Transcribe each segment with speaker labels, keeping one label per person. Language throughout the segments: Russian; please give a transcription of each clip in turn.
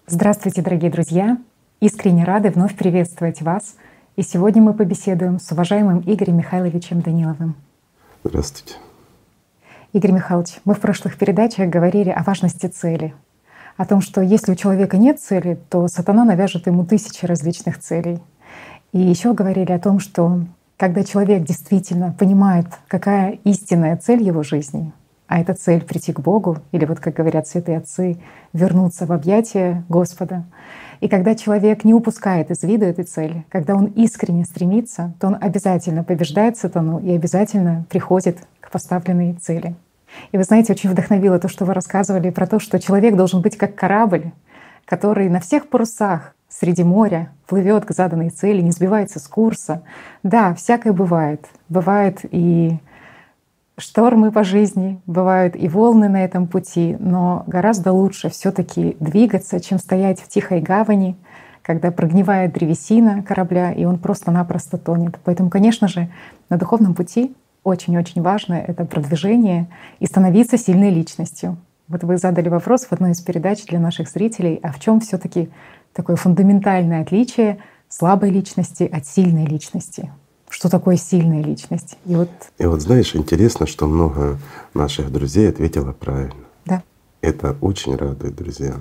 Speaker 1: Здравствуйте, дорогие друзья! Искренне рады вновь приветствовать вас. И сегодня мы побеседуем с уважаемым Игорем Михайловичем Даниловым.
Speaker 2: Здравствуйте.
Speaker 1: Игорь Михайлович, мы в прошлых передачах говорили о важности цели, о том, что если у человека нет цели, то сатана навяжет ему тысячи различных целей. И еще говорили о том, что когда человек действительно понимает, какая истинная цель его жизни, а эта цель — прийти к Богу, или вот, как говорят святые отцы, вернуться в объятия Господа. И когда человек не упускает из вида этой цели, когда он искренне стремится, то он обязательно побеждает сатану и обязательно приходит к поставленной цели. И вы знаете, очень вдохновило то, что вы рассказывали про то, что человек должен быть как корабль, который на всех парусах среди моря плывет к заданной цели, не сбивается с курса. Да, всякое бывает. Бывает и штормы по жизни, бывают и волны на этом пути, но гораздо лучше все-таки двигаться, чем стоять в тихой гавани, когда прогнивает древесина корабля, и он просто-напросто тонет. Поэтому, конечно же, на духовном пути очень-очень важно это продвижение и становиться сильной личностью. Вот вы задали вопрос в одной из передач для наших зрителей, а в чем все-таки такое фундаментальное отличие слабой личности от сильной личности? Что такое сильная личность?
Speaker 2: И вот знаешь, интересно, что много наших друзей ответило правильно.
Speaker 1: Да.
Speaker 2: Это очень радует, друзья.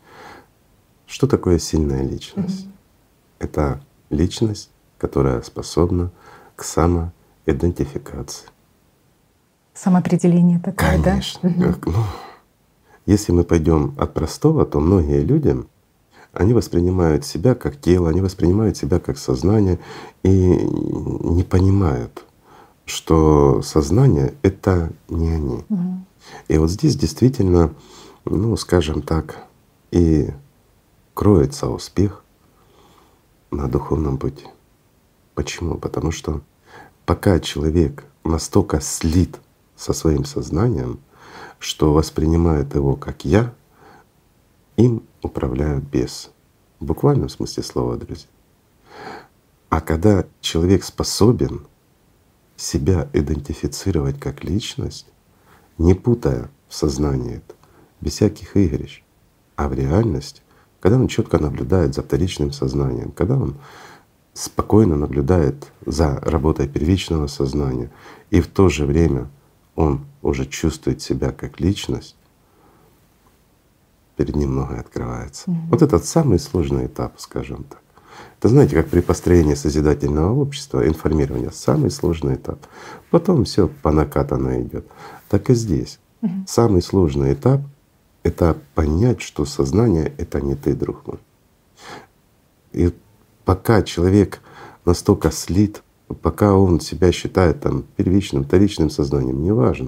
Speaker 2: Что такое сильная личность? Это личность, которая способна к самоидентификации.
Speaker 1: Самоопределение такое,
Speaker 2: Конечно.
Speaker 1: да?
Speaker 2: Если мы пойдем от простого, то многие люди они воспринимают себя как тело, они воспринимают себя как сознание и не понимают, что сознание — это не они. И вот здесь действительно, скажем так, и кроется успех на духовном пути. Почему? Потому что пока человек настолько слит со своим сознанием, что воспринимает его как «я», им управляют бесы. В буквальном смысле слова, друзья. А когда человек способен себя идентифицировать как личность, не путая в сознании это, без всяких игрищ, а в реальности, когда он четко наблюдает за вторичным сознанием, когда он спокойно наблюдает за работой первичного сознания, и в то же время он уже чувствует себя как личность, перед ним многое открывается. Вот этот самый сложный этап, скажем так. Это знаете, как при построении созидательного общества, информирования, самый сложный этап. Потом все по накатанной идет. Так и здесь. Самый сложный этап — это понять, что сознание — это не ты, друг мой. И пока человек настолько слит, пока он себя считает там первичным, вторичным сознанием, неважно.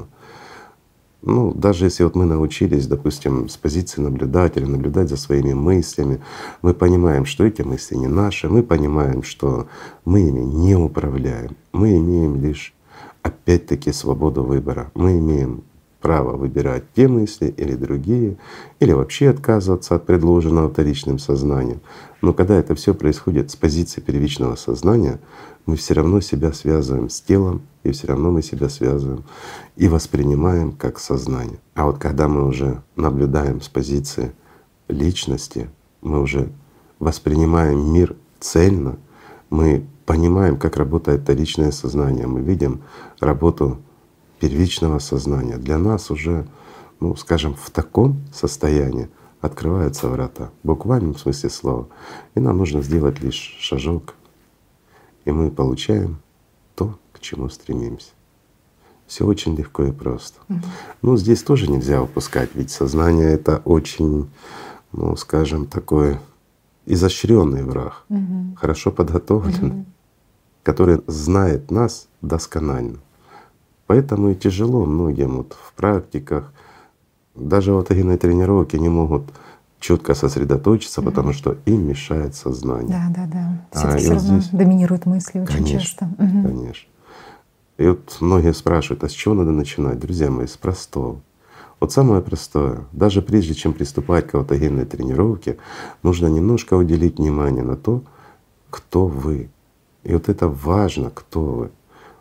Speaker 2: Даже если вот мы научились, допустим, с позиции наблюдателя наблюдать за своими мыслями, мы понимаем, что эти мысли не наши, мы понимаем, что мы ими не управляем, мы имеем лишь опять-таки свободу выбора, мы имеем право выбирать те мысли или другие, или вообще отказываться от предложенного вторичным сознанием. Но когда это все происходит с позиции первичного сознания, мы все равно себя связываем с телом, и все равно мы себя связываем и воспринимаем как сознание. А вот когда мы уже наблюдаем с позиции личности, мы уже воспринимаем мир цельно, мы понимаем, как работает вторичное сознание, мы видим работу первичного сознания. Для нас уже, скажем, в таком состоянии открываются врата, в буквальном смысле слова. И нам нужно сделать лишь шажок, и мы получаем то, к чему стремимся. Все очень легко и просто. Здесь тоже нельзя упускать, ведь сознание — это очень, скажем, такой изощренный враг, хорошо подготовленный, который знает нас досконально. Поэтому и тяжело многим в практиках, даже в автогенной тренировке не могут четко сосредоточиться, потому что им мешает сознание.
Speaker 1: Да. Все равно доминируют мысли очень часто.
Speaker 2: Конечно. И вот многие спрашивают, а с чего надо начинать? Друзья мои, с простого. Вот самое простое. Даже прежде чем приступать к автогенной тренировке, нужно немножко уделить внимание на то, кто вы. И вот это важно, кто вы.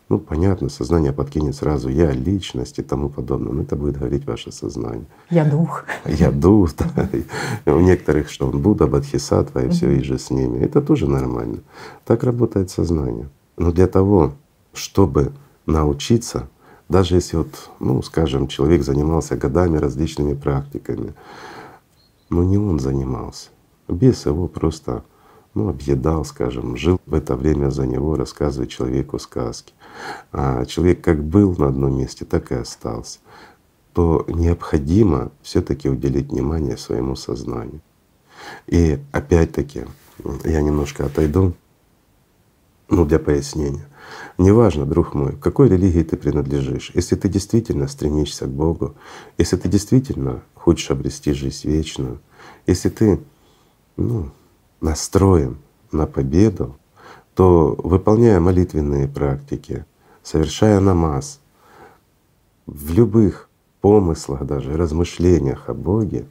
Speaker 2: Ну, понятно, сознание подкинет сразу «я личность» и тому подобное, но это будет говорить ваше сознание.
Speaker 1: Я дух.
Speaker 2: Я дух, да. У некоторых, что он Будда, Бодхисаттва и все, и же с ними. Это тоже нормально. Так работает сознание. Но для того, чтобы научиться, даже если вот, ну, скажем, человек занимался годами различными практиками, но не он занимался. Бес его просто объедал, скажем, жил в это время за него, рассказывая человеку сказки. А человек как был на одном месте, так и остался. То необходимо все-таки уделить внимание своему сознанию. И опять-таки я немножко отойду, для пояснения. Неважно, друг мой, к какой религии ты принадлежишь, если ты действительно стремишься к Богу, если ты действительно хочешь обрести жизнь вечную, если ты настроен на победу, то, выполняя молитвенные практики, совершая намаз, в любых помыслах, даже размышлениях о Боге,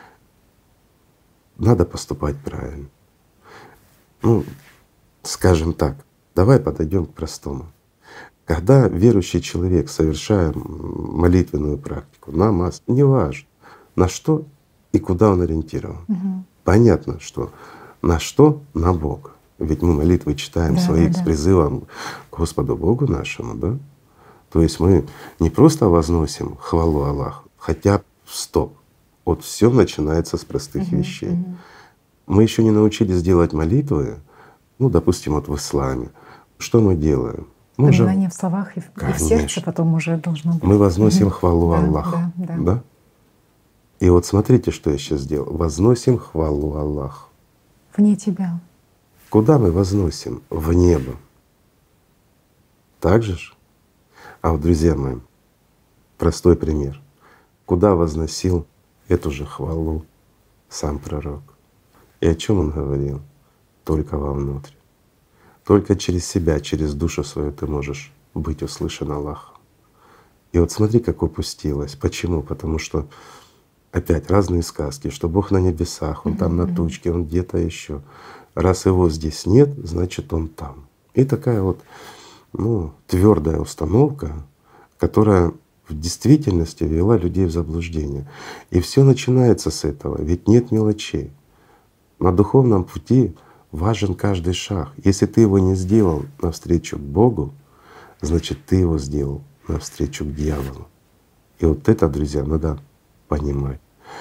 Speaker 2: надо поступать правильно. Скажем так, давай подойдем к простому. Когда верующий человек, совершая молитвенную практику, намаз, неважно, на что и куда он ориентирован. Понятно, что на что? На Бога. Ведь мы молитвы читаем свои с призывом к Господу Богу нашему, да? То есть мы не просто возносим хвалу Аллаху, хотя стоп. Вот все начинается с простых вещей. Мы еще не научились делать молитвы, допустим, вот в исламе. Что мы делаем?
Speaker 1: Понимание в словах и в сердце потом уже должно быть.
Speaker 2: Мы возносим хвалу
Speaker 1: Да,
Speaker 2: Аллаху.
Speaker 1: да.
Speaker 2: И вот смотрите, что я сейчас сделал. Возносим хвалу Аллаху.
Speaker 1: Вне тебя.
Speaker 2: Куда мы возносим? В небо. Так же ж? А вот, друзья мои, простой пример. Куда возносил эту же хвалу сам пророк? И о чем он говорил? Только вовнутрь. Только через себя, через душу свою ты можешь быть услышан Аллахом. И вот смотри, как упустилось. Почему? Потому что опять разные сказки, что Бог на небесах, Он там на тучке, Он где-то еще. Раз Его здесь нет, значит Он там. И такая вот твердая установка, которая в действительности ввела людей в заблуждение. И все начинается с этого, ведь нет мелочей. На духовном пути важен каждый шаг. Если ты его не сделал навстречу к Богу, значит ты его сделал навстречу к дьяволу. И вот это, друзья, надо понимать.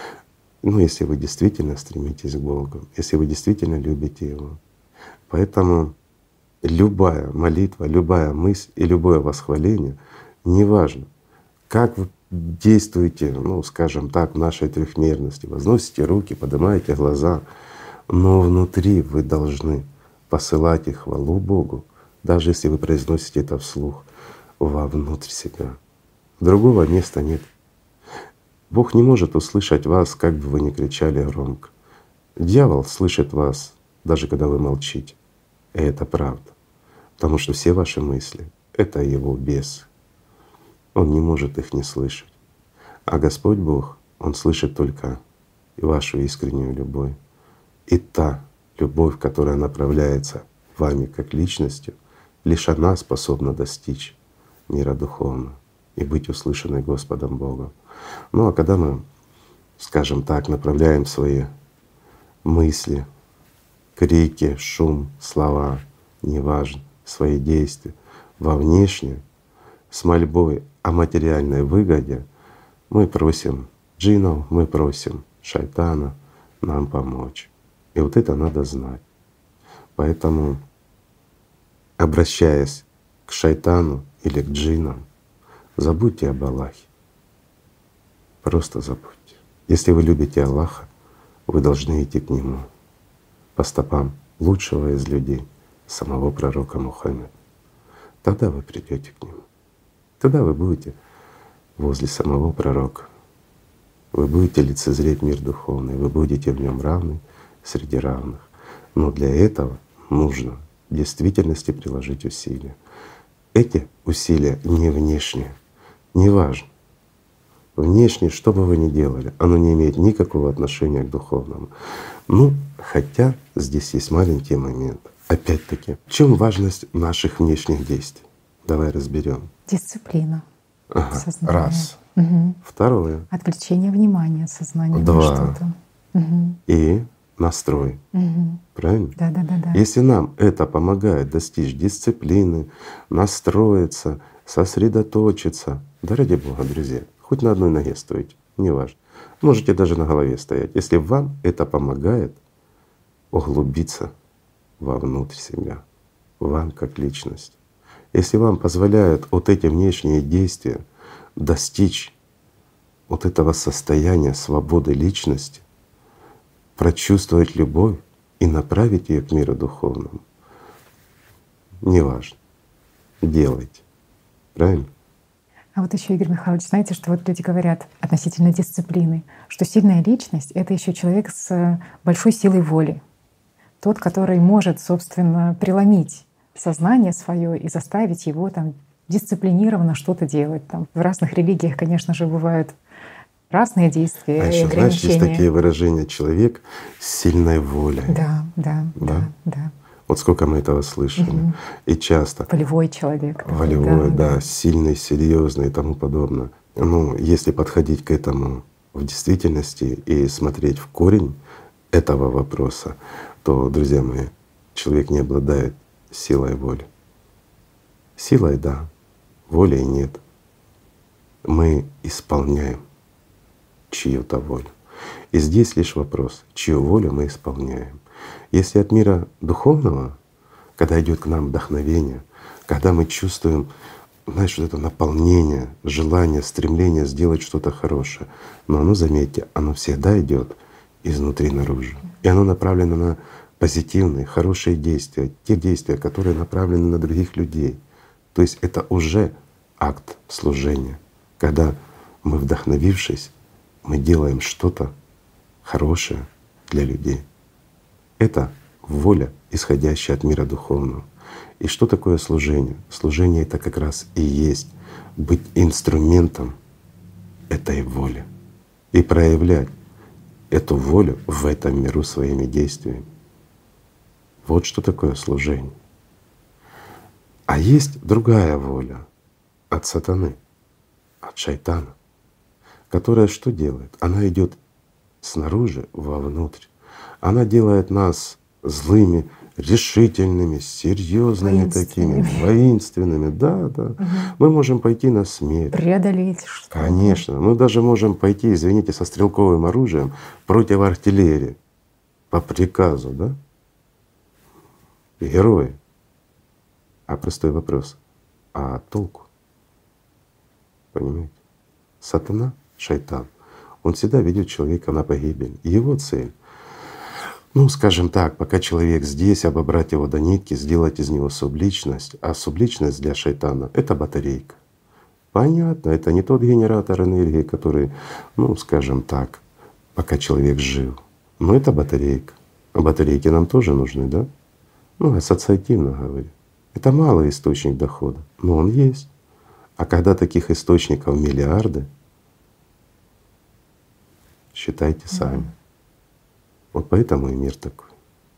Speaker 2: Если вы действительно стремитесь к Богу, если вы действительно любите Его. Поэтому любая молитва, любая мысль и любое восхваление, неважно, как вы действуете, скажем так, в нашей трехмерности, возносите руки, поднимаете глаза, но внутри вы должны посылать их хвалу Богу, даже если вы произносите это вслух, вовнутрь себя. Другого места нет. Бог не может услышать вас, как бы вы ни кричали громко. Дьявол слышит вас, даже когда вы молчите. И это правда. Потому что все ваши мысли — это его бес. Он не может их не слышать. А Господь Бог, Он слышит только вашу искреннюю любовь. И та любовь, которая направляется вами как личностью, лишь она способна достичь мира духовного и быть услышанной Господом Богом. А когда мы, скажем так, направляем свои мысли, крики, шум, слова, неважно, свои действия во внешнее, с мольбой о материальной выгоде, мы просим джиннов, мы просим шайтана нам помочь. И вот это надо знать. Поэтому, обращаясь к шайтану или к джиннам, забудьте об Аллахе. Просто забудьте. Если вы любите Аллаха, вы должны идти к Нему по стопам лучшего из людей, самого пророка Мухаммеда. Тогда вы придете к Нему. Тогда вы будете возле самого пророка. Вы будете лицезреть мир духовный, вы будете в нем равны среди равных. Но для этого нужно в действительности приложить усилия. Эти усилия не внешние, не важно. Внешне, что бы вы ни делали, оно не имеет никакого отношения к духовному. Хотя здесь есть маленький момент. Опять-таки, в чем важность наших внешних действий? Давай разберем.
Speaker 1: Дисциплина
Speaker 2: Ага.
Speaker 1: сознания.
Speaker 2: Раз.
Speaker 1: Мгм.
Speaker 2: Второе.
Speaker 1: Отвлечение внимания сознания на
Speaker 2: Два.
Speaker 1: что-то. Мгм.
Speaker 2: И настрой.
Speaker 1: Мгм.
Speaker 2: Правильно?
Speaker 1: Да.
Speaker 2: Если нам это помогает достичь дисциплины, настроиться, сосредоточиться, да ради Бога, друзья, хоть на одной ноге стойте, неважно. Можете даже на голове стоять. Если вам это помогает углубиться вовнутрь себя, вам как личность, если вам позволяют вот эти внешние действия достичь вот этого состояния свободы личности, прочувствовать любовь и направить ее к миру духовному, неважно, делайте. Правильно?
Speaker 1: А вот еще, Игорь Михайлович, знаете, что вот люди говорят относительно дисциплины, что сильная личность — это еще человек с большой силой воли. Тот, который может, собственно, преломить сознание свое и заставить его там дисциплинированно что-то делать. Там в разных религиях, конечно же, бывают разные действия
Speaker 2: А
Speaker 1: и
Speaker 2: еще, знаешь, есть
Speaker 1: ограничения.
Speaker 2: такие выражения: человек с сильной волей.
Speaker 1: Да.
Speaker 2: Вот сколько мы этого слышали.
Speaker 1: Мгм.
Speaker 2: И часто.
Speaker 1: Волевой человек. такой,
Speaker 2: Волевой, да, сильный, серьезный и тому подобное. Ну, если подходить к этому в действительности и смотреть в корень этого вопроса, то, друзья мои, человек не обладает силой воли. Силой — да, волей — нет. Мы исполняем чью-то волю. И здесь лишь вопрос, чью волю мы исполняем. Если от мира духовного, когда идет к нам вдохновение, когда мы чувствуем, знаешь, вот это наполнение, желание, стремление сделать что-то хорошее, но оно, заметьте, оно всегда идет изнутри наружу. И оно направлено на позитивные, хорошие действия, те действия, которые направлены на других людей. То есть это уже акт служения, когда мы, вдохновившись, мы делаем что-то хорошее для людей. Это воля, исходящая от мира духовного. И что такое служение? Служение — это как раз и есть быть инструментом этой воли и проявлять эту волю в этом миру своими действиями. Вот что такое служение. А есть другая воля от сатаны, от шайтана, которая что делает? Она идет снаружи вовнутрь. Она делает нас злыми, решительными, серьезными такими, воинственными. Да. Мы можем пойти на смерть.
Speaker 1: Преодолеть что-то.
Speaker 2: Конечно. Мы даже можем пойти, извините, со стрелковым оружием против артиллерии по приказу, да? Герои. А простой вопрос: а толку? Понимаете? Сатана, шайтан, он всегда ведет человека на погибель. Его цель, ну скажем так, пока человек здесь, обобрать его до нитки, сделать из него субличность. А субличность для шайтана — это батарейка. Понятно, это не тот генератор энергии, который, ну скажем так, пока человек жив. Но это батарейка. А батарейки нам тоже нужны, да? Ну, ассоциативно говорю. Это малый источник дохода, но он есть. А когда таких источников миллиарды, считайте сами. Вот поэтому и мир такой.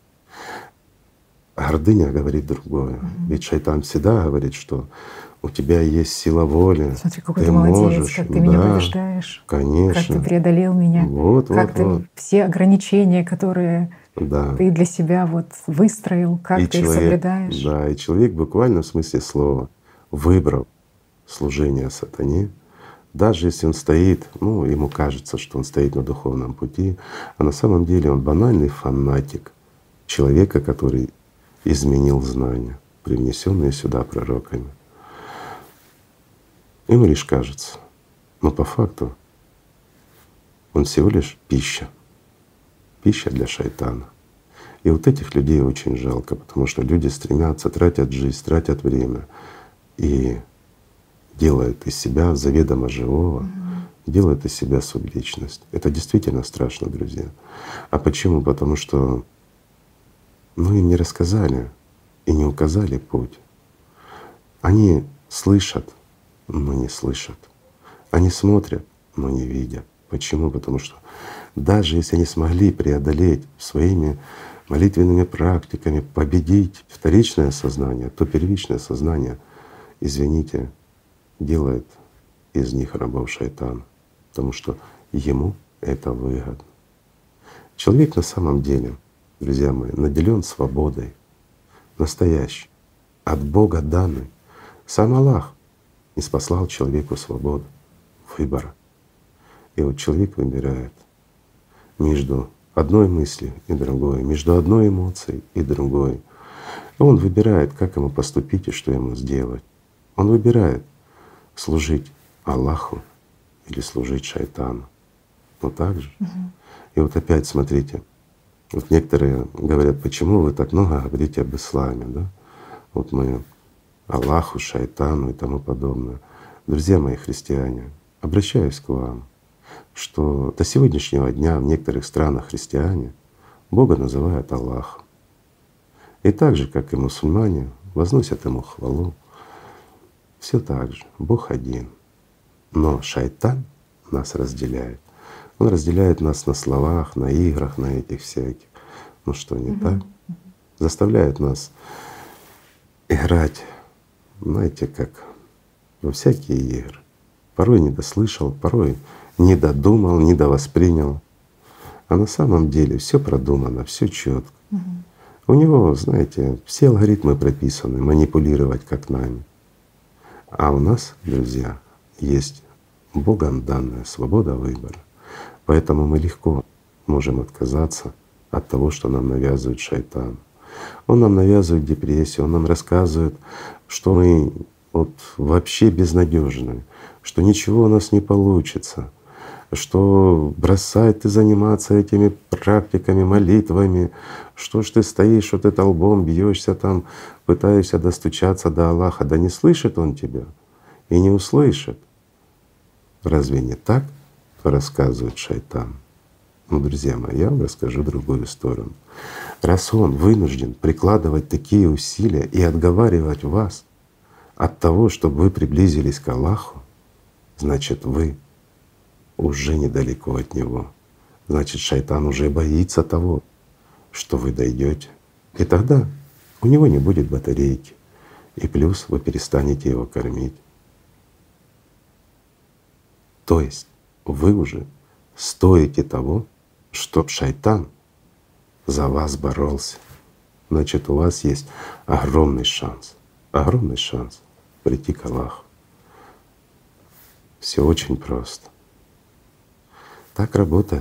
Speaker 2: Гордыня говорит другое. Ведь шайтан всегда говорит, что у тебя есть сила воли,
Speaker 1: Смотри, какой
Speaker 2: ты
Speaker 1: ты молодец,
Speaker 2: можешь,
Speaker 1: как ты меня
Speaker 2: да,
Speaker 1: побеждаешь,
Speaker 2: конечно.
Speaker 1: как ты преодолел меня, как ты все ограничения, которые
Speaker 2: Да.
Speaker 1: ты для себя вот выстроил, как
Speaker 2: И
Speaker 1: ты их соблюдаешь.
Speaker 2: Да, и человек буквально в смысле слова выбрал служение сатане, даже если он стоит, ну, ему кажется, что он стоит на духовном пути, а на самом деле он банальный фанатик человека, который изменил знания, привнесенные сюда пророками. Ему лишь кажется, но по факту он всего лишь пища для шайтана. И вот этих людей очень жалко, потому что люди стремятся, тратят жизнь, тратят время и делают из себя заведомо живого, делают из себя субличность. Это действительно страшно, друзья. А почему? Потому что им не рассказали и не указали путь. Они слышат, но не слышат. Они смотрят, но не видят. Почему? Потому что даже если они смогли преодолеть своими молитвенными практиками, победить вторичное сознание, то первичное сознание извините, делает из них рабов шайтана, потому что ему это выгодно. Человек на самом деле, друзья мои, наделен свободой, настоящей, от Бога данной. Сам Аллах ниспослал человеку свободу выбора. И вот человек выбирает между одной мыслью и другой, между одной эмоцией и другой. И он выбирает, как ему поступить и что ему сделать. Он выбирает служить Аллаху или служить шайтану. Ну так же. И вот опять смотрите, вот некоторые говорят, почему вы так много говорите об исламе, да? Вот мы Аллаху, шайтану и тому подобное. Друзья мои христиане, обращаюсь к вам, что до сегодняшнего дня в некоторых странах христиане Бога называют Аллахом. И так же, как и мусульмане, возносят Ему хвалу. Все так же, Бог один. Но шайтан нас разделяет. Он разделяет нас на словах, на играх, на этих всяких. Ну что, не так? Заставляет нас играть, знаете, как во всякие игры. Порой недослышал, порой не додумал, не довоспринял. А на самом деле все продумано, все четко. У него, знаете, все алгоритмы прописаны, манипулировать как нами. А у нас, друзья, есть Богом данная свобода выбора. Поэтому мы легко можем отказаться от того, что нам навязывает шайтан. Он нам навязывает депрессию, он нам рассказывает, что мы вот вообще безнадежны, что ничего у нас не получится, что бросай ты заниматься этими практиками, молитвами, что ж ты стоишь, что ты лбом бьешься там, пытаешься достучаться до Аллаха. Да не слышит Он тебя и не услышит. Разве не так рассказывает шайтан? Ну, друзья мои, я вам расскажу другую сторону. Раз он вынужден прикладывать такие усилия и отговаривать вас от того, чтобы вы приблизились к Аллаху, значит, вы уже недалеко от Него. Значит, шайтан уже боится того, что вы дойдете. И тогда у него не будет батарейки. И плюс вы перестанете его кормить. То есть вы уже стоите того, чтоб шайтан за вас боролся. Значит, у вас есть огромный шанс прийти к Аллаху. Все очень просто. Так работает,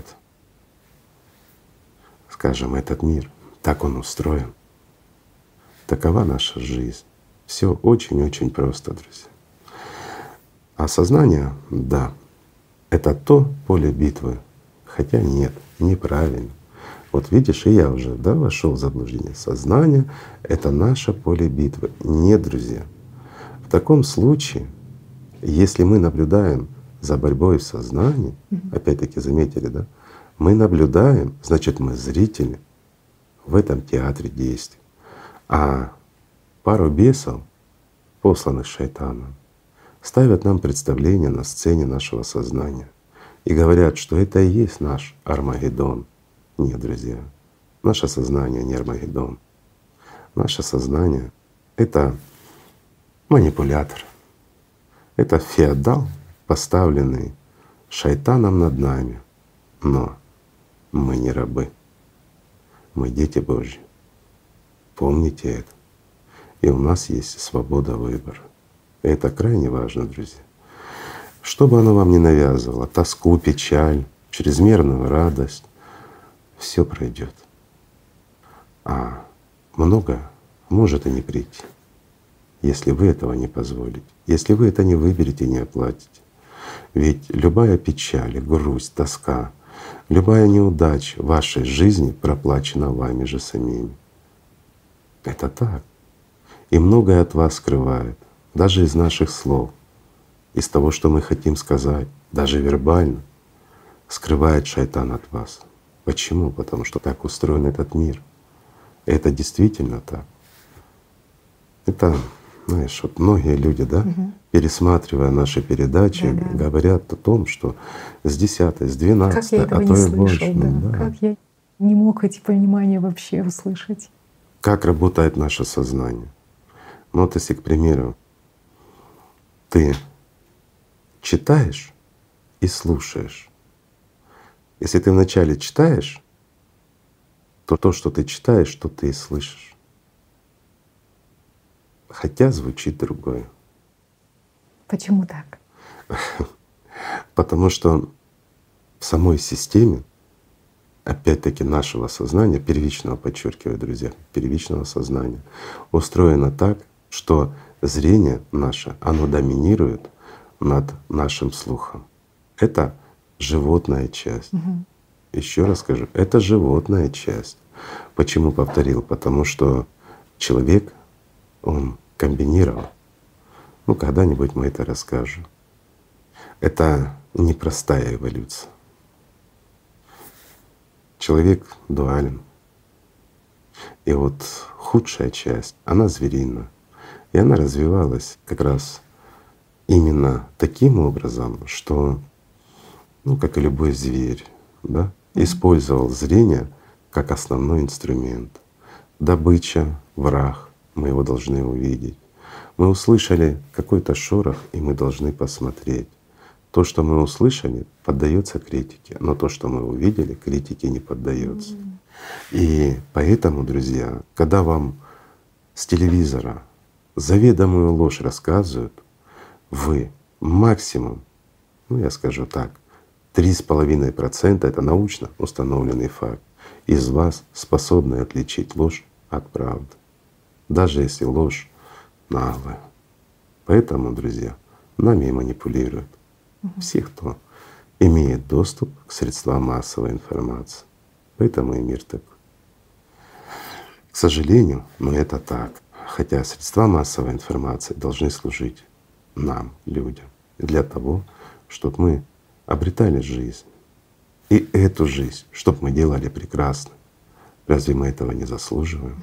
Speaker 2: скажем, этот мир. Так он устроен. Такова наша жизнь. Все очень-очень просто, друзья. А сознание, да, это то поле битвы. Хотя нет, неправильно. Вот видишь, и я уже вошел в заблуждение. Сознание — это наше поле битвы. Нет, друзья. В таком случае, если мы наблюдаем за борьбой в сознании, опять-таки заметили, да, мы наблюдаем, значит, мы зрители в этом театре действий. А пару бесов, посланных шайтаном, ставят нам представление на сцене нашего сознания и говорят, что это и есть наш Армагеддон. Нет, друзья, наше сознание не Армагеддон. Наше сознание — это манипулятор, это феодал, поставленный шайтаном над нами. Но мы не рабы, мы дети Божьи. Помните это. И у нас есть свобода выбора. И это крайне важно, друзья. Что бы оно вам ни навязывало, тоску, печаль, чрезмерную радость, все пройдет. А много может и не прийти, если вы этого не позволите, если вы это не выберете, не оплатите. Ведь любая печаль, грусть, тоска, любая неудача в вашей жизни проплачена вами же самими. Это так. И многое от вас скрывает, даже из наших слов, из того, что мы хотим сказать, даже вербально, скрывает шайтан от вас. Почему? Потому что так устроен этот мир. И это действительно так. Это, знаешь, вот многие люди, да, пересматривая наши передачи, говорят о том, что с 10-й, с 12-й,
Speaker 1: а то и больше. Как я не мог эти понимания вообще услышать.
Speaker 2: Как работает наше сознание? Ну вот если, к примеру, Ты читаешь и слушаешь. Если ты вначале читаешь, то, что ты читаешь, что ты и слышишь. Хотя звучит другое.
Speaker 1: Почему так?
Speaker 2: Потому что в самой системе, опять-таки, нашего сознания, первичного, подчеркиваю, друзья, первичного сознания, устроено так, что зрение наше, оно доминирует над нашим слухом. Это животная часть. Еще раз скажу, это животная часть. Почему повторил? Потому что человек, он комбинировал. Ну, когда-нибудь мы это расскажем. Это непростая эволюция. Человек дуален. И вот худшая часть, она зверина. И она развивалась как раз именно таким образом, что, ну, как и любой зверь, да, использовал зрение как основной инструмент. Добыча, враг, мы его должны увидеть. Мы услышали какой-то шорох, и мы должны посмотреть. То, что мы услышали, поддается критике, но то, что мы увидели, критике не поддается. И поэтому, друзья, когда вам с телевизора заведомую ложь рассказывают, вы максимум, ну я скажу так, 3,5% — это научно установленный факт, из вас способны отличить ложь от правды, даже если ложь наглая. Поэтому, друзья, нами и манипулируют все, кто имеет доступ к средствам массовой информации. Поэтому и мир такой. К сожалению, но это так. Хотя средства массовой информации должны служить нам, людям, для того, чтобы мы обретали жизнь. И эту жизнь, чтобы мы делали прекрасно. Разве мы этого не заслуживаем?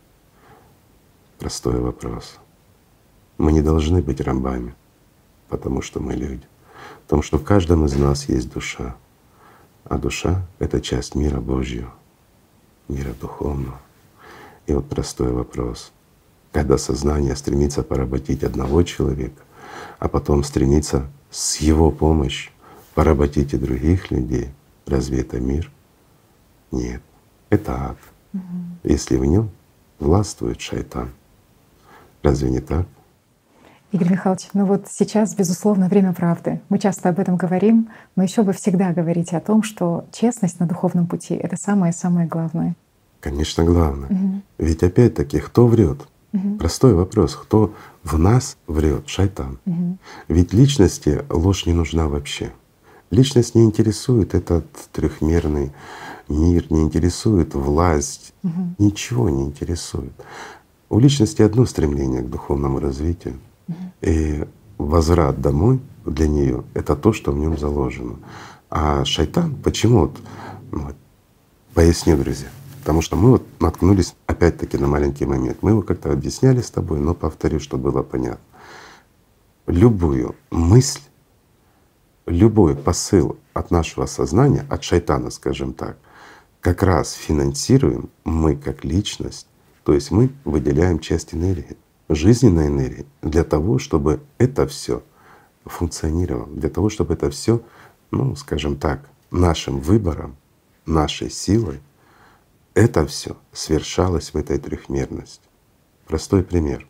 Speaker 2: Простой вопрос. Мы не должны быть рабами, потому что мы люди. Потому что в каждом из нас есть душа. А душа — это часть мира Божьего, мира духовного. И вот простой вопрос. Когда сознание стремится поработить одного человека, а потом стремится с его помощью поработить и других людей, разве это мир? Нет, это ад. Если в нем властвует шайтан. Разве не так?
Speaker 1: Игорь Михайлович, ну вот сейчас, безусловно, время правды. Мы часто об этом говорим, но еще вы всегда говорите о том, что честность на духовном пути — это самое-самое главное.
Speaker 2: Конечно, главное. Ведь опять-таки, кто врет? Простой вопрос. Кто в нас врет? Шайтан. Ведь личности ложь не нужна вообще. Личность не интересует этот трехмерный мир, не интересует власть, ничего не интересует. У личности одно стремление к духовному развитию. И возврат домой для нее — это то, что в нем заложено. А шайтан почему? Вот, поясню, друзья. Потому что мы вот наткнулись опять-таки на маленький момент. Мы его как-то объясняли с тобой, но повторю, чтобы было понятно. Любую мысль, любой посыл от нашего сознания, от шайтана, скажем так, как раз финансируем мы как личность. То есть мы выделяем часть энергии, жизненной энергии для того, чтобы это все функционировало, для того, чтобы это все, ну, скажем так, нашим выбором, нашей силой, это все свершалось в этой трехмерности. Простой пример.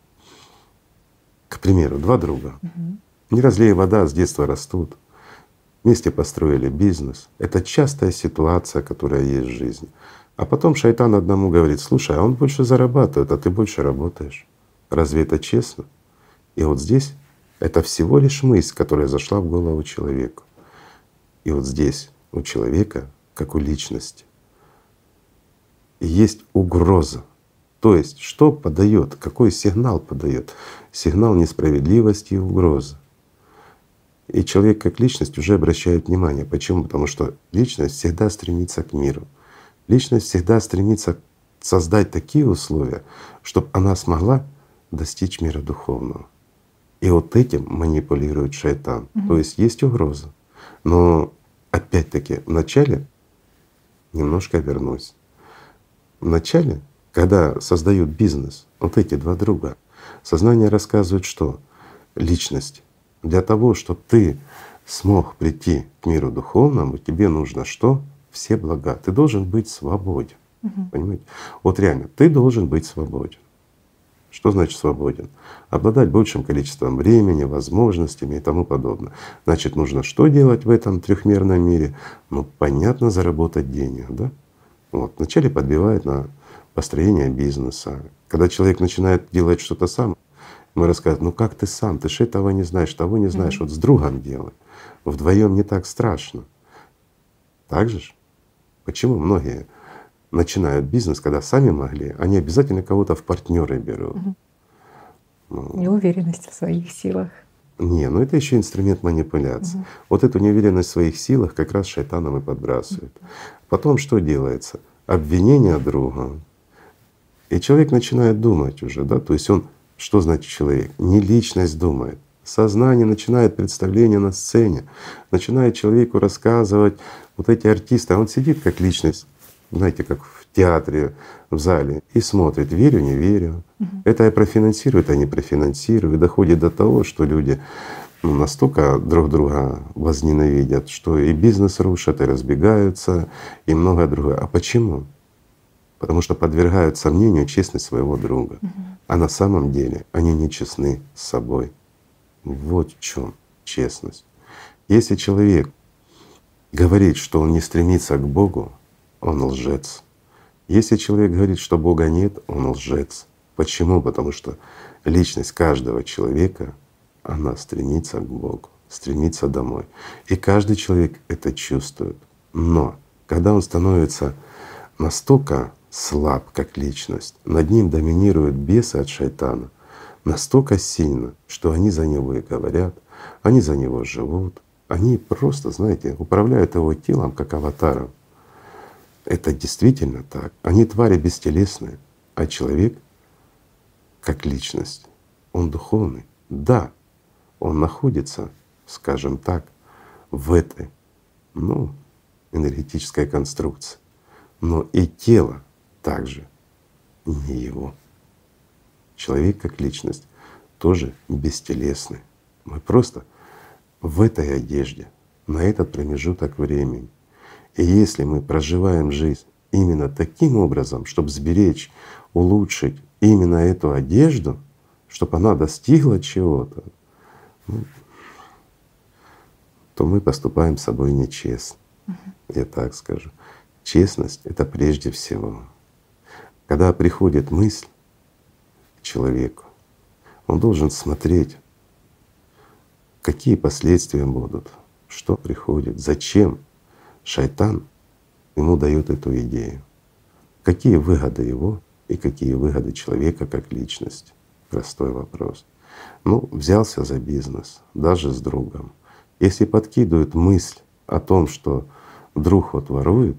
Speaker 2: К примеру, два друга. Не разлей вода, с детства растут, вместе построили бизнес. Это частая ситуация, которая есть в жизни. А потом шайтан одному говорит: слушай, а он больше зарабатывает, а ты больше работаешь. Разве это честно? И вот здесь это всего лишь мысль, которая зашла в голову человеку. И вот здесь у человека, как у личности, есть угроза. То есть что подает, какой сигнал подает? Сигнал несправедливости и угрозы. И человек как личность уже обращает внимание. Почему? Потому что личность всегда стремится к миру. Личность всегда стремится создать такие условия, чтобы она смогла достичь мира духовного. И вот этим манипулирует шайтан. То есть есть угроза. Но опять-таки вначале немножко вернусь. Вначале, когда создают бизнес, вот эти два друга, сознание рассказывает, что личность Для того, чтобы ты смог прийти к миру духовному, тебе нужно что? Все блага. Ты должен быть свободен. Понимаете? Вот реально, ты должен быть свободен. Что значит свободен? Обладать большим количеством времени, возможностями и тому подобное. Значит, нужно что делать в этом трехмерном мире? Ну, понятно, заработать денег, да? Вот. Вначале подбивает на построение бизнеса. Когда человек начинает делать что-то сам, мы рассказываем: ну как ты сам, ты ж этого не знаешь, того не знаешь, вот с другом делай. Вдвоем не так страшно. Так же ж? Почему многие начинают бизнес, когда сами могли, они обязательно кого-то в партнеры берут.
Speaker 1: Неуверенность в своих силах.
Speaker 2: Не, ну это еще инструмент манипуляции. Вот эту неуверенность в своих силах как раз шайтаном и подбрасывает. Потом что делается? Обвинение друга. И человек начинает думать уже, да, то есть он, что значит человек? Не личность думает. Сознание начинает представление на сцене, начинает человеку рассказывать вот эти артисты, а он сидит как личность, знаете, как в театре, в зале, и смотрит: верю, не верю. Это я профинансирую, это не профинансирую. И доходит до того, что люди настолько друг друга возненавидят, что и бизнес рушат, и разбегаются, и многое другое. А почему? Потому что подвергают сомнению честность своего друга. А на самом деле они не честны с собой. Вот в чем честность. Если человек говорит, что он не стремится к Богу, он лжец. Если человек говорит, что Бога нет, он лжец. Почему? Потому что личность каждого человека, она стремится к Богу, стремится домой. И каждый человек это чувствует. Но когда он становится настолько слаб как личность, над ним доминируют бесы от шайтана настолько сильно, что они за него и говорят, они за него живут, они просто, знаете, управляют его телом как аватаром. Это действительно так. Они твари бестелесные, а человек как личность, он духовный. Да, он находится, скажем так, в этой, энергетической конструкции, но и тело также не его. Человек как личность тоже бестелесный. Мы просто в этой одежде, на этот промежуток времени. И если мы проживаем жизнь именно таким образом, чтобы сберечь, улучшить именно эту одежду, чтобы она достигла чего-то, то мы поступаем с собой нечестно. Я так скажу. Честность — это прежде всего. Когда приходит мысль к человеку, он должен смотреть, какие последствия будут, что приходит, зачем шайтан ему дает эту идею, какие выгоды его и какие выгоды человека как личности. Простой вопрос. Взялся за бизнес, даже с другом. Если подкидывают мысль о том, что друг вот ворует,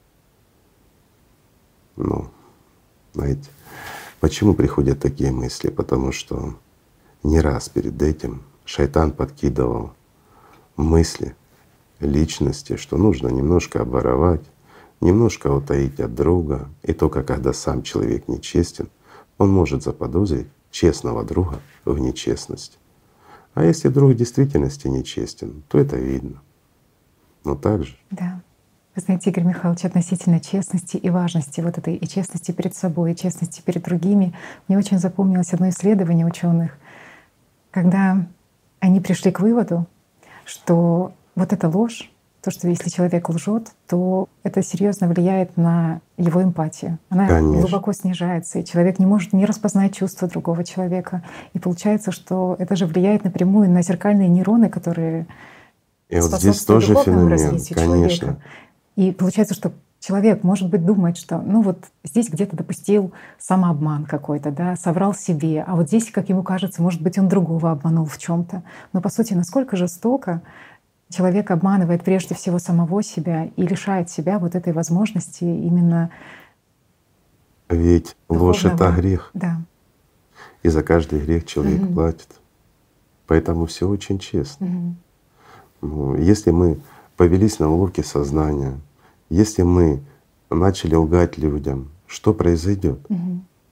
Speaker 2: знаете, почему приходят такие мысли? Потому что не раз перед этим шайтан подкидывал мысли личности, что нужно немножко обворовать, немножко утаить от друга. И только когда сам человек нечестен, он может заподозрить честного друга в нечестности. А если друг в действительности нечестен, то это видно. Но так же.
Speaker 1: Да. Вы знаете, Игорь Михайлович, относительно честности и важности вот этой и честности перед собой, и честности перед другими, мне очень запомнилось одно исследование ученых, когда они пришли к выводу, что вот эта ложь, то, что если человек лжет, то это серьезно влияет на его эмпатию. Она
Speaker 2: Конечно.
Speaker 1: глубоко снижается, и человек не может не распознать чувства другого человека. И получается, что это же влияет напрямую на зеркальные нейроны, которые
Speaker 2: и вот здесь
Speaker 1: способствуют
Speaker 2: тоже
Speaker 1: духовному
Speaker 2: феномен,
Speaker 1: развитию
Speaker 2: конечно.
Speaker 1: человека. И получается, что человек, может быть, думает, что здесь где-то допустил самообман какой-то, да, соврал себе, а вот здесь, как ему кажется, может быть, он другого обманул в чем-то. Но по сути, насколько жестоко человек обманывает прежде всего самого себя и лишает себя вот этой возможности именно
Speaker 2: Ведь ложь — это грех.
Speaker 1: Да.
Speaker 2: И за каждый грех человек платит. Поэтому все очень честно. Если мы повелись на уловки сознания, если мы начали лгать людям, что произойдет?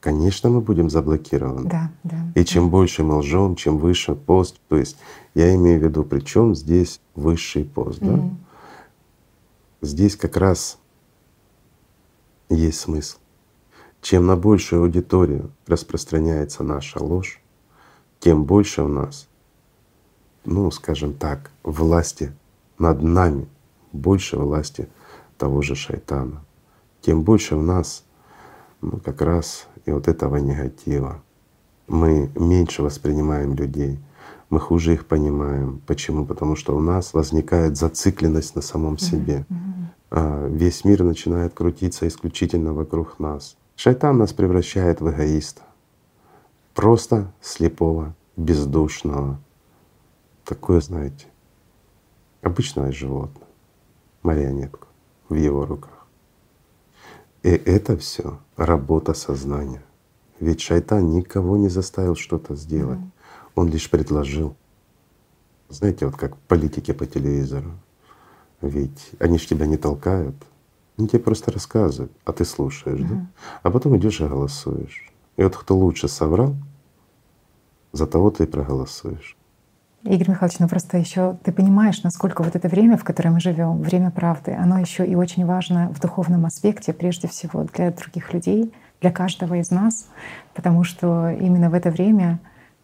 Speaker 2: конечно, мы будем заблокированы.
Speaker 1: Да, да.
Speaker 2: И чем больше мы лжем, чем выше пост, то есть я имею в виду, при чем здесь высший пост, да?
Speaker 1: Мгм.
Speaker 2: Здесь как раз есть смысл. Чем на большую аудиторию распространяется наша ложь, тем больше у нас, ну, скажем так, власти над нами, больше власти того же шайтана, тем больше у нас, ну, как раз и вот этого негатива. Мы меньше воспринимаем людей, мы хуже их понимаем. Почему? Потому что у нас возникает зацикленность на самом себе. Весь мир начинает крутиться исключительно вокруг нас. Шайтан нас превращает в эгоиста, просто слепого, бездушного, такое, знаете, обычное животное, марионетку в его руках. И это все работа сознания. Ведь шайтан никого не заставил что-то сделать, он лишь предложил. Знаете, вот как политики по телевизору, ведь они ж тебя не толкают, они тебе просто рассказывают, а ты слушаешь, да? А потом идешь и голосуешь. И вот кто лучше соврал, за того ты и проголосуешь.
Speaker 1: Игорь Михайлович, ну просто еще ты понимаешь, насколько вот это время, в которое мы живем, время правды, оно еще и очень важно в духовном аспекте, прежде всего для других людей, для каждого из нас, потому что именно в это время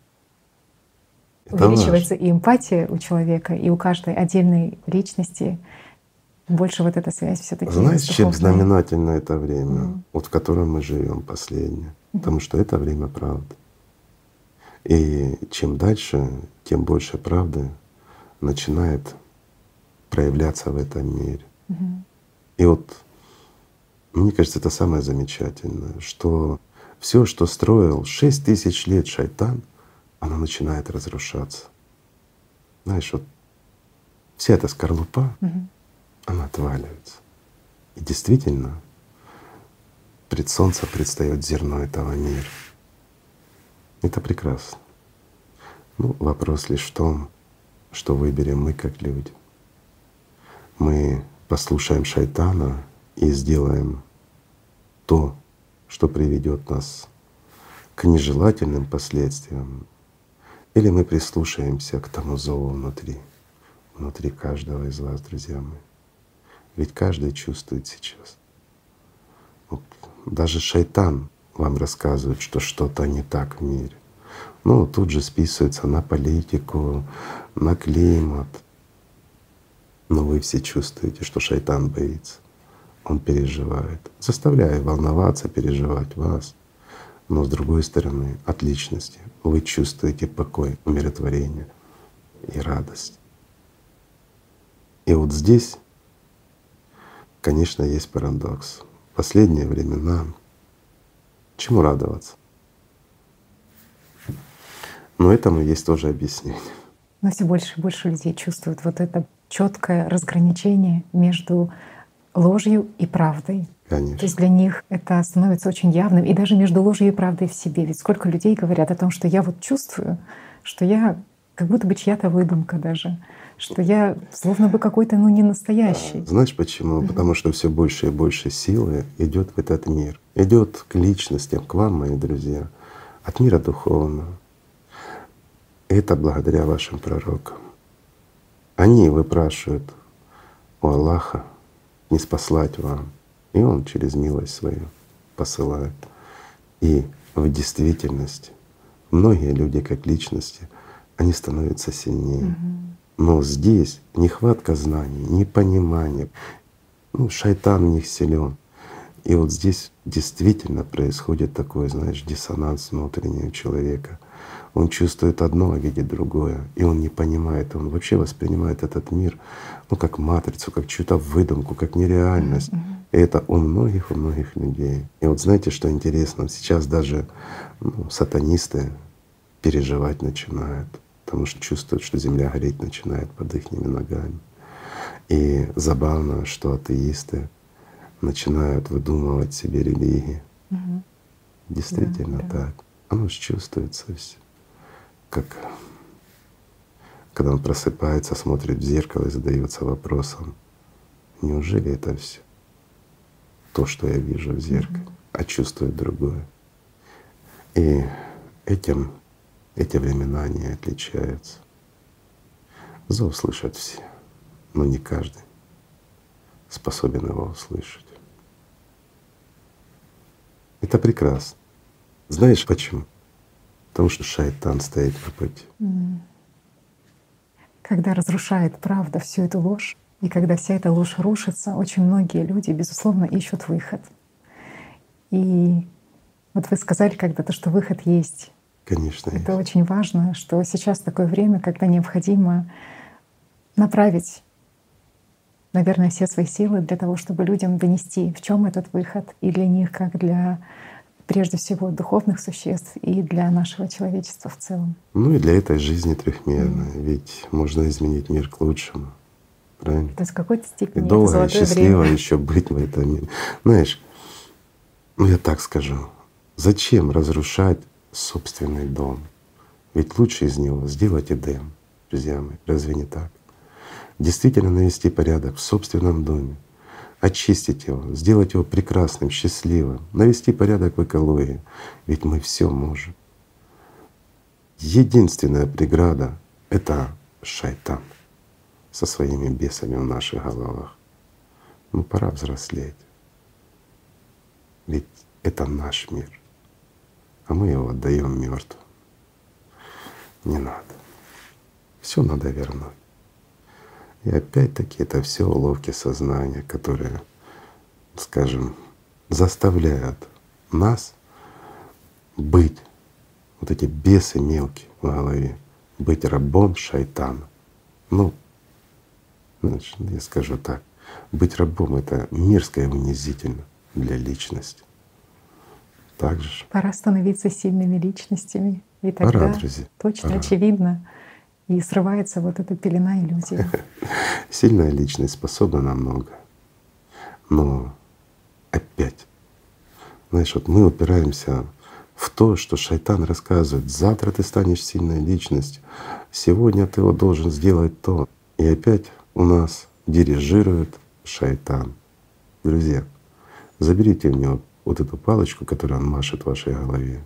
Speaker 2: Это
Speaker 1: увеличивается и эмпатия у человека, и у каждой отдельной личности больше вот эта связь все-таки с
Speaker 2: знаешь, чем
Speaker 1: духовной.
Speaker 2: знаменательно это время, вот в котором мы живем последнее? Потому что это время правды. И чем дальше, тем больше правды начинает проявляться в этом мире. И вот мне кажется, это самое замечательное, что все, что строил 6000 лет шайтан, оно начинает разрушаться. Знаешь, вот вся эта скорлупа, она отваливается. И действительно, пред солнцем предстает зерно этого мира. Это прекрасно. Ну, вопрос лишь в том, что выберем мы как люди. Мы послушаем шайтана и сделаем то, что приведет нас к нежелательным последствиям, или мы прислушаемся к тому зову внутри каждого из вас, друзья мои. Ведь каждый чувствует сейчас. Вот даже шайтан вам рассказывает, что что-то не так в мире. Ну, тут же списывается на политику, на климат. Но вы все чувствуете, что шайтан боится, он переживает, заставляя волноваться, переживать вас. Но с другой стороны, от личности вы чувствуете покой, умиротворение и радость. И вот здесь, конечно, есть парадокс. В последние времена чему радоваться? Но этому есть тоже объяснение.
Speaker 1: Но все больше и больше людей чувствуют вот это четкое разграничение между ложью и правдой.
Speaker 2: Конечно.
Speaker 1: То есть для них это становится очень явным, и даже между ложью и правдой в себе. Ведь сколько людей говорят о том, что я вот чувствую, что я как будто бы чья-то выдумка даже, что я словно бы какой-то, ну, не настоящий.
Speaker 2: Знаешь почему? Потому что все больше и больше силы идет в этот мир, идет к личностям, к вам, мои друзья, от мира духовного. И это благодаря вашим пророкам. Они выпрашивают у Аллаха не спаслать вам, и Он через милость свою посылает. И в действительности многие люди как личности, они становятся сильнее. Но здесь нехватка знаний, непонимание. Ну, шайтан в них силен. И вот здесь действительно происходит такой, знаешь, диссонанс внутренний у человека. Он чувствует одно, а видит другое, и он не понимает, он вообще воспринимает этот мир, ну, как матрицу, как чью-то выдумку, как нереальность. И это у многих людей. И вот знаете, что интересно? Сейчас даже сатанисты переживать начинают, потому что чувствуют, что земля гореть начинает под их ногами. И забавно, что атеисты начинают выдумывать себе религии. Действительно так. Оно же чувствуется все. Как когда он просыпается, смотрит в зеркало и задается вопросом: неужели это все то, что я вижу в зеркале, а чувствует другое? И этим эти времена не отличаются. Зов слышат все, но не каждый способен его услышать. Это прекрасно. Знаешь почему? Потому что шайтан стоит на пути.
Speaker 1: Когда разрушает правда всю эту ложь, и когда вся эта ложь рушится, очень многие люди, безусловно, ищут выход. И вот вы сказали когда-то, что выход есть.
Speaker 2: Конечно,
Speaker 1: Это
Speaker 2: есть.
Speaker 1: очень важно, что сейчас такое время, когда необходимо направить, наверное, все свои силы для того, чтобы людям донести, в чем этот выход, и для них, как для прежде всего духовных существ, и для нашего человечества в целом.
Speaker 2: Ну и для этой жизни трехмерной, ведь можно изменить мир к лучшему, правильно?
Speaker 1: То есть в какой-то
Speaker 2: И
Speaker 1: степени это
Speaker 2: долго и
Speaker 1: золотое
Speaker 2: счастливо
Speaker 1: время.
Speaker 2: еще быть в этом мире. Знаешь, ну я так скажу, зачем разрушать собственный дом? Ведь лучше из него сделать Эдем, друзья мои, разве не так? Действительно навести порядок в собственном доме, очистить его, сделать его прекрасным, счастливым, навести порядок в экологии. Ведь мы все можем. Единственная преграда — это шайтан со своими бесами в наших головах. Ну пора взрослеть. Ведь это наш мир, а мы его отдаем мертвым. Не надо. Все надо вернуть. И опять-таки это все уловки сознания, которые, скажем, заставляют нас быть, вот эти бесы мелкие в голове, быть рабом шайтана. Ну, значит, я скажу так, быть рабом — это мерзко и унизительно для личности. Так же.
Speaker 1: Пора становиться сильными личностями, и
Speaker 2: Пора,
Speaker 1: тогда
Speaker 2: друзья,
Speaker 1: точно
Speaker 2: пора.
Speaker 1: очевидно, и срывается вот эта пелена иллюзий.
Speaker 2: Сильная личность способна на многое. Но опять, знаешь, вот мы упираемся в то, что шайтан рассказывает: завтра ты станешь сильной личностью, сегодня ты вот должен сделать то. И опять у нас дирижирует шайтан. Друзья, заберите у него вот эту палочку, которую он машет в вашей голове,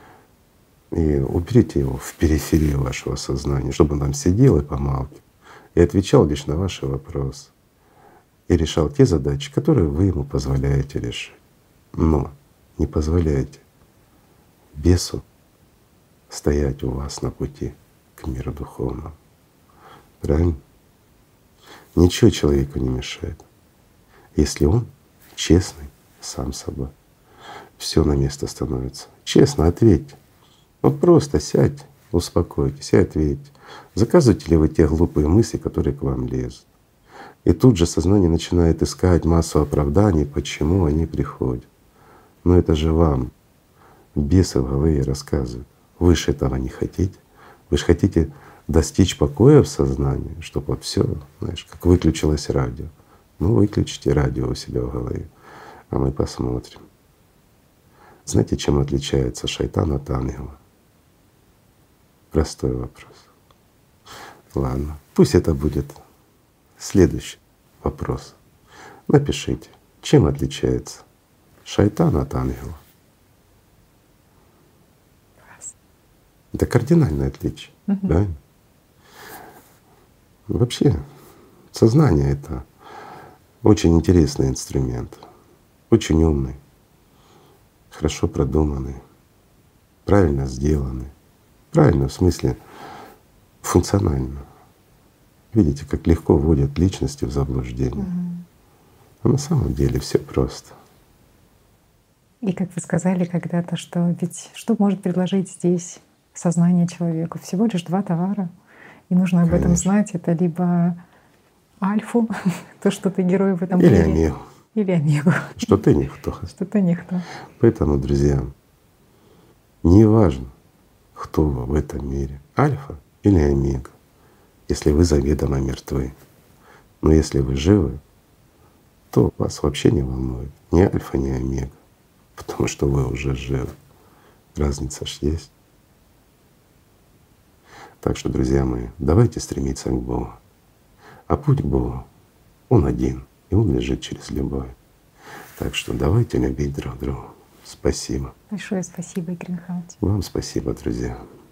Speaker 2: и уберите его в периферию вашего сознания, чтобы он там сидел и помалкивал, и отвечал лишь на ваши вопросы, и решал те задачи, которые вы ему позволяете решить. Но не позволяйте бесу стоять у вас на пути к миру духовному. Правильно? Ничего человеку не мешает, если он честный сам с собой. Все на место становится. Честно ответьте. Вот просто сядьте, успокойтесь и ответьте. Заказываете ли вы те глупые мысли, которые к вам лезут? И тут же сознание начинает искать массу оправданий, почему они приходят. Но это же вам бесы в голове рассказывают. Вы же этого не хотите. Вы же хотите достичь покоя в сознании, чтобы вот все, знаешь, как выключилось радио. Ну выключите радио у себя в голове, а мы посмотрим. Знаете, чем отличается шайтан от ангела? Простой вопрос. Ладно, пусть это будет следующий вопрос. Напишите, чем отличается шайтан от ангела? Это кардинальное отличие, да? Вообще сознание — это очень интересный инструмент, очень умный, хорошо продуманный, правильно сделанный. Правильно в смысле функционально. Видите, как легко вводят личности в заблуждение. А на самом деле все просто.
Speaker 1: И как вы сказали когда-то, что ведь что может предложить здесь сознание человеку? Всего лишь два товара. И нужно об этом
Speaker 2: Конечно.
Speaker 1: знать. Это либо альфу, то, что ты герой в этом
Speaker 2: Или
Speaker 1: мире,
Speaker 2: омегу,
Speaker 1: или омегу,
Speaker 2: что ты никто.
Speaker 1: что ты никто.
Speaker 2: Поэтому, друзья, не важно, кто вы в этом мире, альфа или омега, если вы заведомо мертвы. Но если вы живы, то вас вообще не волнует ни альфа, ни омега, потому что вы уже живы. Разница ж есть. Так что, друзья мои, давайте стремиться к Богу. А путь к Богу, Он один, и Он лежит через любовь. Так что давайте любить друг друга. Спасибо.
Speaker 1: Большое спасибо, Игорь Михайлович.
Speaker 2: Вам спасибо, друзья.